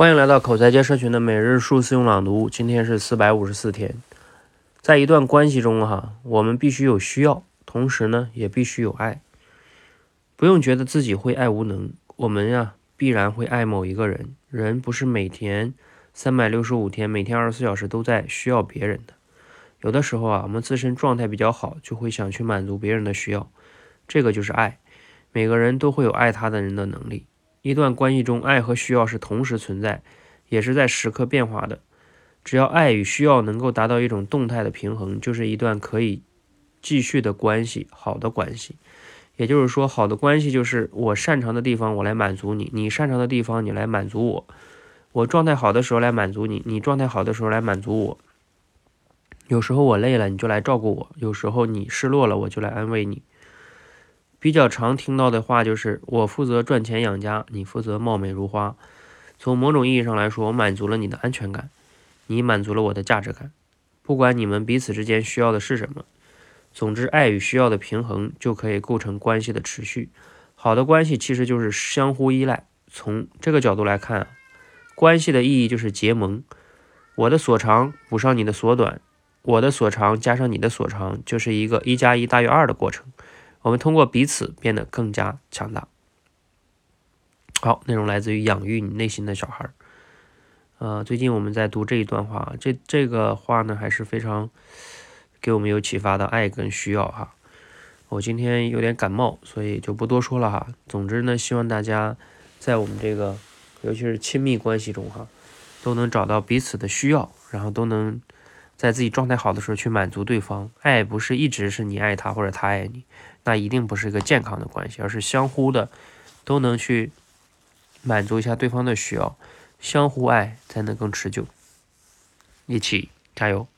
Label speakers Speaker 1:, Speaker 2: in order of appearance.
Speaker 1: 欢迎来到口才界社群的每日数字用朗读，今天是454天。在一段关系中我们必须有需要，同时呢也必须有爱。不用觉得自己会爱无能，我们必然会爱某一个人。人不是每天365天，每天24小时都在需要别人的。有的时候我们自身状态比较好，就会想去满足别人的需要，这个就是爱。每个人都会有爱他的人的能力。一段关系中，爱和需要是同时存在，也是在时刻变化的。只要爱与需要能够达到一种动态的平衡，就是一段可以继续的关系，好的关系。也就是说，好的关系就是我擅长的地方我来满足你，你擅长的地方你来满足我。我状态好的时候来满足你，你状态好的时候来满足我。有时候我累了你就来照顾我，有时候你失落了我就来安慰你。比较常听到的话就是我负责赚钱养家，你负责貌美如花。从某种意义上来说，我满足了你的安全感，你满足了我的价值感。不管你们彼此之间需要的是什么，总之爱与需要的平衡就可以构成关系的持续。好的关系其实就是相互依赖。从这个角度来看关系的意义就是结盟。我的所长补上你的所短，我的所长加上你的所长，就是一个1+1大于2的过程。我们通过彼此变得更加强大。好，内容来自于养育你内心的小孩。最近我们在读这一段话，这个话呢还是非常给我们有启发的，爱跟需要我今天有点感冒，所以就不多说了总之呢，希望大家在我们这个尤其是亲密关系中都能找到彼此的需要，然后都能在自己状态好的时候去满足对方。爱不是一直是你爱他或者他爱你，那一定不是一个健康的关系，而是相互的都能去满足一下对方的需要，相互爱才能更持久。一起加油。